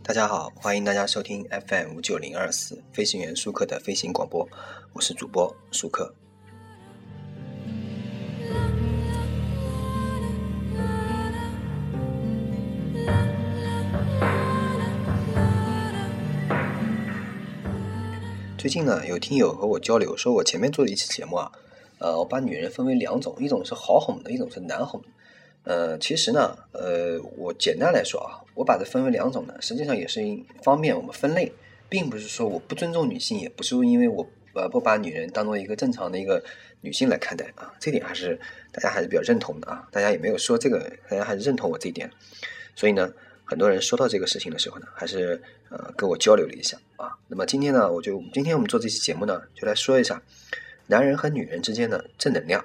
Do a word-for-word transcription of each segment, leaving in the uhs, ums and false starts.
大家好，欢迎大家收听 F M 五九零二四飞行员舒克的飞行广播，我是主播舒克。最近呢，有听友和我交流说，我前面做的一期节目啊，呃，我把女人分为两种，一种是好哄的，一种是难哄的。呃，其实呢，呃，我简单来说啊，我把它分为两种呢，实际上也是方便我们分类，并不是说我不尊重女性，也不是因为我呃不把女人当做一个正常的一个女性来看待啊，这点还是大家还是比较认同的啊，大家也没有说这个，大家还是认同我这一点，所以呢，很多人说到这个事情的时候呢，还是呃跟我交流了一下啊。那么今天呢，我就今天我们做这期节目呢，就来说一下男人和女人之间的正能量。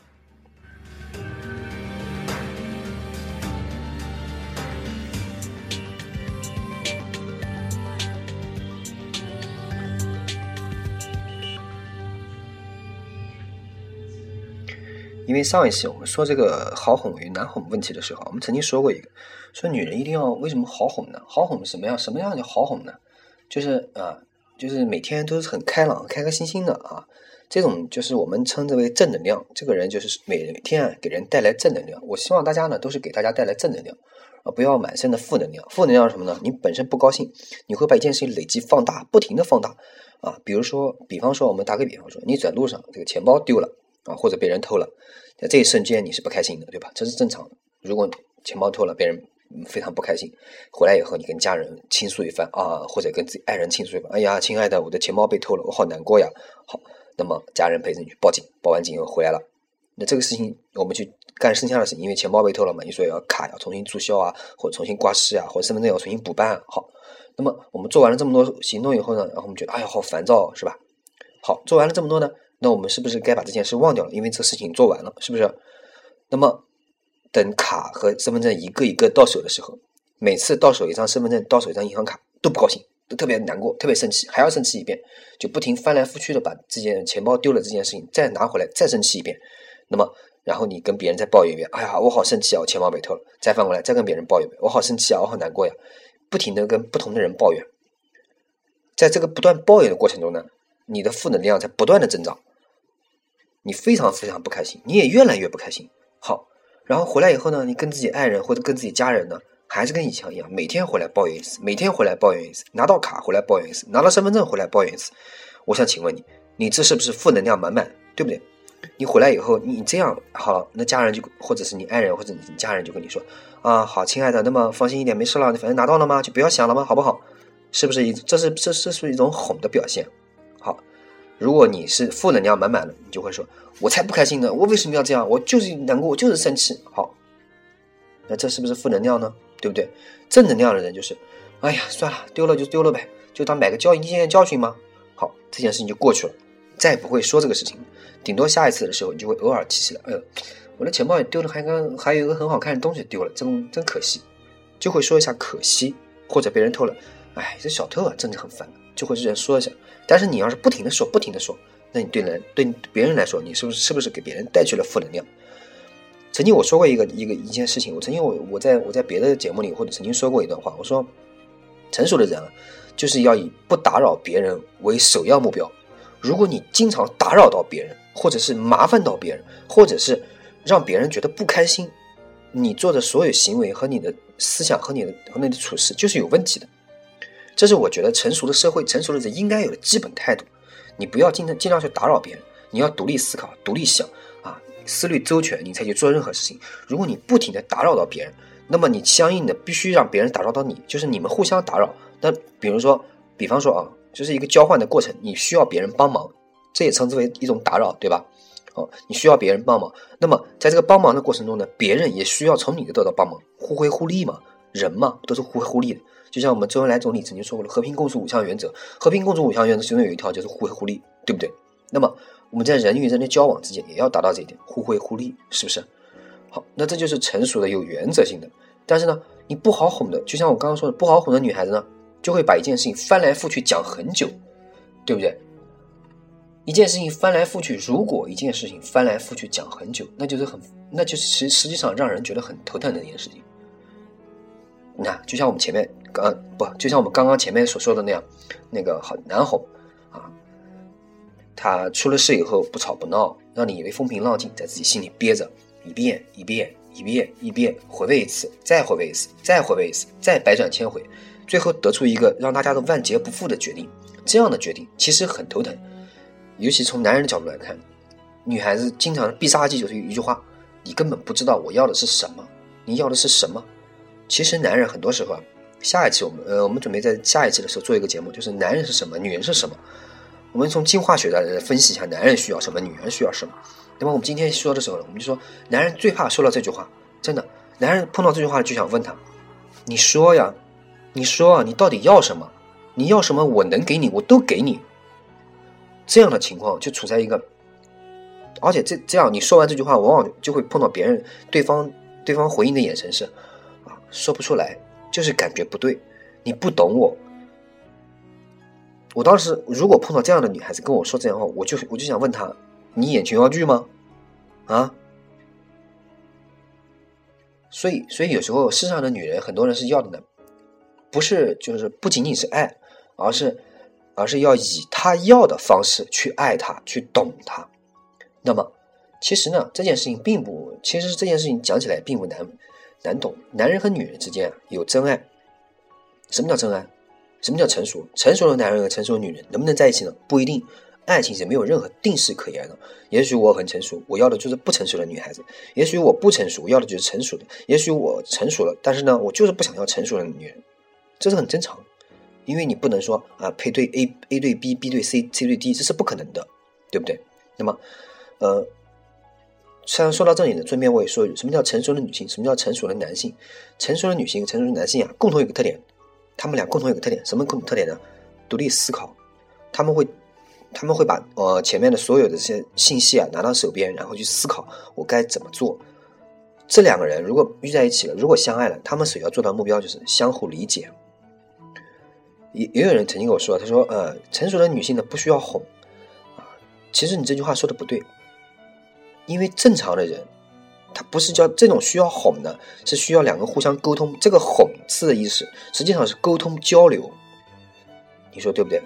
因为上一期我们说这个好哄与难哄问题的时候，我们曾经说过一个，说女人一定要为什么好哄呢？好哄什么样？什么样叫好哄呢？就是啊，就是每天都是很开朗、开开心心的啊，这种就是我们称之为正能量。这个人就是每天啊给人带来正能量。我希望大家呢都是给大家带来正能量啊，不要满身的负能量。负能量是什么呢？你本身不高兴，你会把一件事情累积放大，不停的放大啊。比如说，比方说我们打个比方说，你在路上这个钱包丢了。啊，或者被人偷了，在这一瞬间你是不开心的，对吧？这是正常的。如果钱包偷了，别人非常不开心，回来以后你跟家人倾诉一番啊，或者跟自己爱人倾诉一番，哎呀，亲爱的，我的钱包被偷了，我好难过呀。好，那么家人陪着你去报警，报完警以后回来了，那这个事情我们去干剩下的事情，因为钱包被偷了嘛，你说要卡要重新注销啊，或者重新挂失啊，或者身份证要重新补办啊。好，那么我们做完了这么多行动以后呢，然后我们觉得哎呀好烦躁，是吧？好，做完了这么多呢，那我们是不是该把这件事忘掉了？因为这个事情做完了，是不是？那么等卡和身份证一个一个到手的时候，每次到手一张身份证，到手一张银行卡都不高兴，都特别难过，特别生气，还要生气一遍，就不停翻来覆去的把这件钱包丢了这件事情再拿回来，再生气一遍。那么然后你跟别人再抱怨一遍，哎呀，我好生气啊，我钱包被偷了，再翻过来再跟别人抱怨一遍，我好生气啊，我好难过呀，不停的跟不同的人抱怨。在这个不断抱怨的过程中呢，你的负能量在不断的增长，你非常非常不开心，你也越来越不开心。好，然后回来以后呢，你跟自己爱人或者跟自己家人呢，还是跟以前一样，每天回来抱怨一次，每天回来抱怨一次，拿到卡回来抱怨一次，拿到身份证回来抱怨一次。我想请问你，你这是不是负能量满满，对不对？你回来以后，你这样好了，那家人就或者是你爱人或者你家人就跟你说啊，好，亲爱的，那么放心一点，没事了，你反正拿到了吗？就不要想了吗？好不好？是不是一这是这这是一种哄的表现？好，如果你是负能量满满的，你就会说我才不开心呢，我为什么要这样，我就是难过，我就是生气。好，那这是不是负能量呢？对不对？正能量的人就是哎呀算了，丢了就丢了呗，就当买个教一件教训嘛。好，这件事情就过去了，再也不会说这个事情，顶多下一次的时候你就会偶尔提起来，哎呦，我的钱包也丢了，还跟还有一个很好看的东西丢了，真真可惜，就会说一下可惜，或者别人偷了，哎，这小偷啊真的很烦，就会这样说一下。但是你要是不停的说不停的说，那你对人对别人来说，你是不是是不是给别人带去了负能量？曾经我说过一个一个一件事情，我曾经我我在我在别的节目里或者曾经说过一段话，我说成熟的人啊，就是要以不打扰别人为首要目标。如果你经常打扰到别人，或者是麻烦到别人，或者是让别人觉得不开心，你做的所有行为和你的思想和你的和你的处事就是有问题的。这是我觉得成熟的社会成熟的人应该有的基本态度。你不要尽量尽量去打扰别人，你要独立思考独立想啊，思虑周全，你才去做任何事情。如果你不停的打扰到别人，那么你相应的必须让别人打扰到你，就是你们互相打扰。那比如说比方说啊，就是一个交换的过程，你需要别人帮忙，这也称之为一种打扰，对吧？哦，你需要别人帮忙，那么在这个帮忙的过程中呢，别人也需要从你的得到帮忙，互惠互利嘛，人嘛都是互惠互利的。就像我们周恩来总理曾经说过的和平共处五项原则，和平共处五项原则其中有一条就是互惠互利，对不对？那么我们在人与人的交往之间也要达到这一点，互惠互利，是不是？好，那这就是成熟的有原则性的。但是呢，你不好哄的，就像我刚刚说的，不好哄的女孩子呢，就会把一件事情翻来覆去讲很久，对不对？一件事情翻来覆去，如果一件事情翻来覆去讲很久，那就是很，那就是实实际上让人觉得很头疼的一件事情。那就像我们前面呃不，就像我们刚刚前面所说的那样，那个好难哄啊，他出了事以后不吵不闹，让你以为风平浪静，在自己心里憋着，一遍一遍一遍一遍回味一次，再回味一次，再回味一次，再百转千回，最后得出一个让大家都万劫不复的决定。这样的决定其实很头疼，尤其从男人的角度来看，女孩子经常必杀技就是一句话，你根本不知道我要的是什么，你要的是什么。其实男人很多时候啊，下一期我们呃我们准备在下一期的时候做一个节目，就是男人是什么，女人是什么。我们从进化学来分析一下男人需要什么，女人需要什么。那么我们今天说的时候呢，我们就说男人最怕说到这句话，真的，男人碰到这句话就想问他，你说呀，你说啊，你到底要什么？你要什么我能给你，我都给你。这样的情况就处在一个，而且这这样你说完这句话，往往就会碰到别人对方对方回应的眼神是啊，说不出来，就是感觉不对，你不懂我。我当时如果碰到这样的女孩子跟我说这样的话，我就我就想问她，你演琼瑶剧吗？啊？所以所以有时候世上的女人，很多人是要的呢，不是就是不仅仅是爱，而是而是要以她要的方式去爱她，去懂她。那么其实呢，这件事情并不，其实这件事情讲起来并不难难懂。男人和女人之间啊有真爱。什么叫真爱？什么叫成熟？成熟的男人和成熟的女人能不能在一起呢？不一定。爱情是没有任何定式可言的。也许我很成熟，我要的就是不成熟的女孩子；也许我不成熟，我要的就是成熟的；也许我成熟了，但是呢，我就是不想要成熟的女人，这是很正常。因为你不能说啊，配对 A A 对 B，B 对 C，C 对 D， 这是不可能的，对不对？那么，呃，像说到这里呢，顺便我也说一句，什么叫成熟的女性？什么叫成熟的男性？成熟的女性、成熟的男性啊，共同有一个特点。他们俩共同有个特点，什么共同特点呢？独立思考。他们会他们会把呃前面的所有的这些信息啊拿到手边，然后去思考我该怎么做。这两个人如果遇在一起了，如果相爱了，他们所要做到的目标就是相互理解。也也有人曾经跟我说，他说呃成熟的女性呢不需要哄啊，其实你这句话说的不对，因为正常的人他不是叫这种需要哄的，是需要两个互相沟通。这个哄字的意思实际上是沟通交流，你说对不对？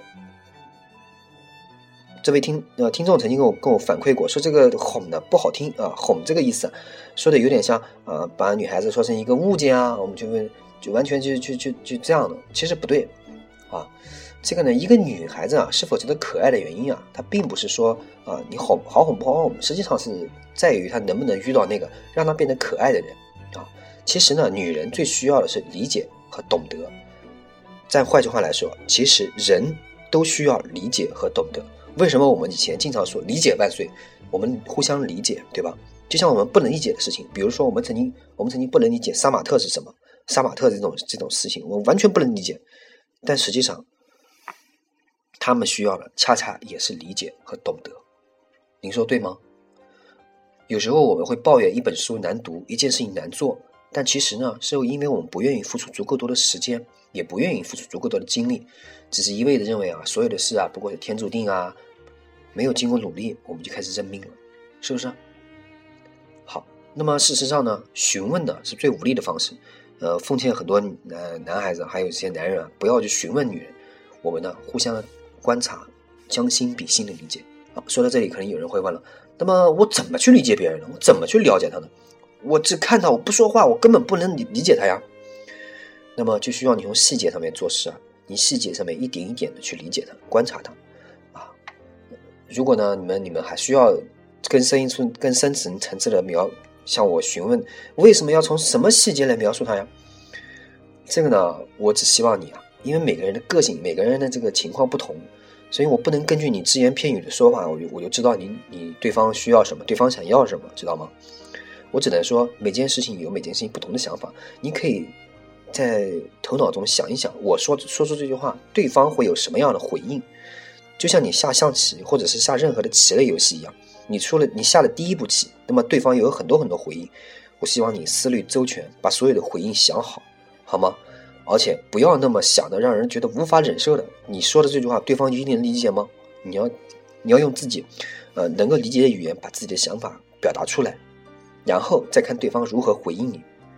这位听呃听众曾经跟我跟我反馈过，说这个哄的不好听啊，哄这个意思说的有点像啊，把女孩子说成一个物件啊，我们就问就完全就就就就这样的，其实不对啊。这个呢，一个女孩子啊是否值得可爱的原因啊，它并不是说啊你哄好哄不好哄，实际上是在于她能不能遇到那个让她变得可爱的人啊。其实呢，女人最需要的是理解和懂得。再换句话来说，其实人都需要理解和懂得。为什么我们以前经常说理解万岁？我们互相理解，对吧？就像我们不能理解的事情，比如说我们曾经我们曾经不能理解杀马特是什么，杀马特这种这种事情，我们完全不能理解。但实际上，他们需要的恰恰也是理解和懂得。您说对吗？有时候我们会抱怨一本书难读，一件事情难做，但其实呢，是因为我们不愿意付出足够多的时间，也不愿意付出足够多的精力，只是一味的认为啊，所有的事啊，不过是天注定啊，没有经过努力，我们就开始认命了，是不是？好，那么事实上呢，询问的是最无力的方式。呃，奉劝很多男男孩子还有这些男人啊，不要去询问女人，我们呢互相观察，将心比心的理解。好，说到这里，可能有人会问了，那么我怎么去理解别人呢？我怎么去了解他呢？我只看他，我不说话，我根本不能理理解他呀。那么就需要你从细节上面做事啊，你细节上面一点一点的去理解他，观察他啊。如果呢，你们你们还需要更深一层、更深层层次的描，向我询问为什么要从什么细节来描述他呀？这个呢，我只希望你啊，因为每个人的个性、每个人的这个情况不同，所以我不能根据你只言片语的说法，我就我就知道你你对方需要什么，对方想要什么，知道吗？我只能说每件事情有每件事情不同的想法，你可以在头脑中想一想，我说说出这句话，对方会有什么样的回应？就像你下象棋或者是下任何的棋类游戏一样，你出了你下了第一步棋，那么对方有很多很多回应，我希望你思虑周全，把所有的回应想好，好吗？而且不要那么想的让人觉得无法忍受的，你说的这句话对方一定能理解吗？你要你要用自己呃能够理解的语言把自己的想法表达出来，然后再看对方如何回应你。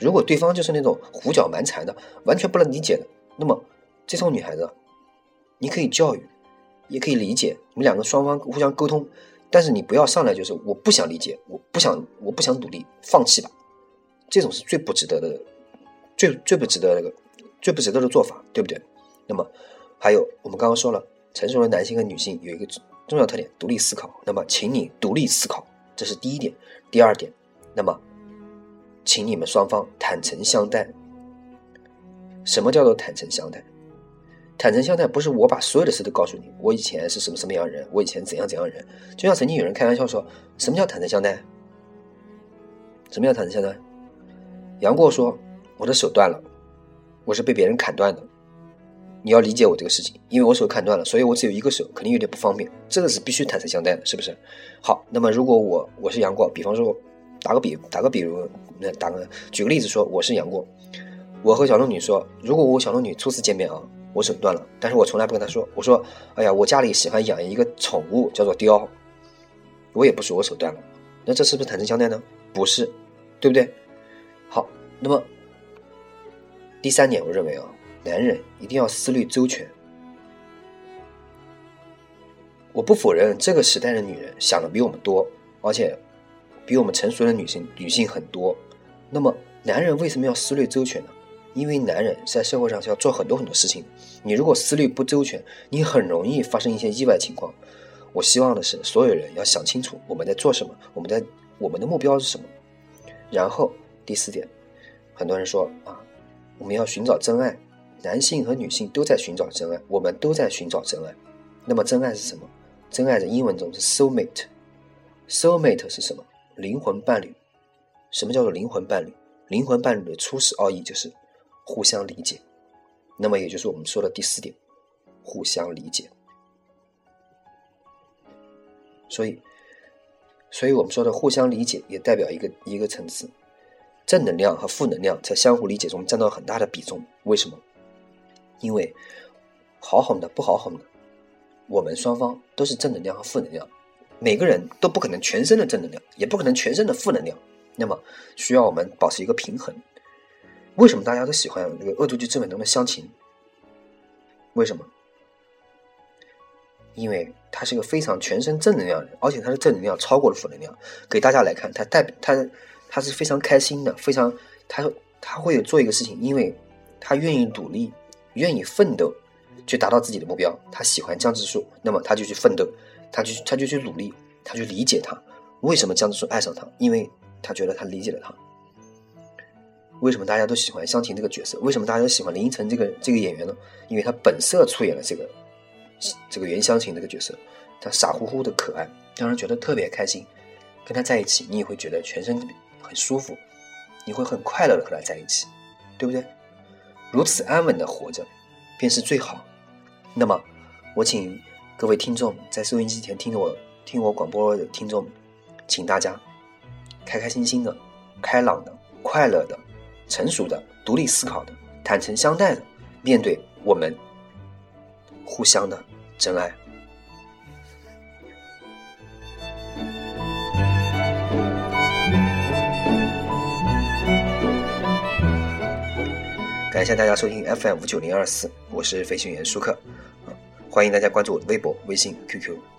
如果对方就是那种胡搅蛮缠的，完全不能理解的，那么这种女孩子你可以教育，也可以理解，你们两个双方互相沟通，但是你不要上来就是我不想理解，我不想我不想努力，放弃吧。这种是最不值得的，最最不值得那个最不值得的做法，对不对？那么还有我们刚刚说了，成熟的男性和女性有一个重要特点，独立思考。那么请你独立思考，这是第一点。第二点，那么请你们双方坦诚相待。什么叫做坦诚相待？坦诚相待不是我把所有的事都告诉你，我以前是什么什么样的人，我以前怎样怎样的人。就像曾经有人开玩笑说，什么叫坦诚相待？什么叫坦诚相待？杨过说，我的手断了，我是被别人砍断的，你要理解我这个事情，因为我手砍断了，所以我只有一个手，肯定有点不方便，这个是必须坦诚相待的，是不是？好，那么如果我我是杨过，比方说打个比打个比如打个举个例子说，我是杨过，我和小龙女说，如果我小龙女初次见面啊，我手断了，但是我从来不跟她说，我说哎呀，我家里喜欢养一个宠物叫做雕，我也不说我手断了，那这是不是坦诚相待呢？不是，对不对？好，那么第三点，我认为啊，男人一定要思虑周全。我不否认这个时代的女人想的比我们多，而且比我们成熟的女性女性很多。那么男人为什么要思虑周全呢？因为男人在社会上是要做很多很多事情，你如果思虑不周全，你很容易发生一些意外情况。我希望的是所有人要想清楚我们在做什么，我们在我们的目标是什么。然后第四点，很多人说啊，我们要寻找真爱，男性和女性都在寻找真爱，我们都在寻找真爱。那么真爱是什么？真爱在英文中是 soulmate。 soulmate 是什么？灵魂伴侣。什么叫做灵魂伴侣？灵魂伴侣的初始奥义就是互相理解。那么也就是我们说的第四点，互相理解。所以所以我们说的互相理解也代表一个一个层次，正能量和负能量在相互理解中占到很大的比重。为什么？因为好哄的不好哄的，我们双方都是正能量和负能量，每个人都不可能全身的正能量，也不可能全身的负能量，那么需要我们保持一个平衡。为什么大家都喜欢这个恶作剧之吻中的湘琴？为什么？因为他是个非常全身正能量的人，而且他的正能量超过了负能量。给大家来看，他代表他他是非常开心的，非常他他会做一个事情，因为他愿意努力，愿意奋斗，去达到自己的目标。他喜欢江直树，那么他就去奋斗，他就他就去努力，他去理解他。为什么江直树爱上他？因为他觉得他理解了他。为什么大家都喜欢湘琴这个角色？为什么大家都喜欢林依晨这个这个演员呢？因为他本色出演了这个这个袁湘琴这个角色，他傻乎乎的可爱，让人觉得特别开心。跟他在一起，你也会觉得全身很舒服，你会很快乐的和他在一起，对不对？如此安稳的活着，便是最好。那么，我请各位听众在收音机前听我听我广播的听众，请大家开开心心的、开朗的、快乐的、成熟的、独立思考的、坦诚相待的面对我们互相的真爱。感谢大家收听 F M 五九零二四，我是飞行员舒克，欢迎大家关注我的微博、微信、Q Q。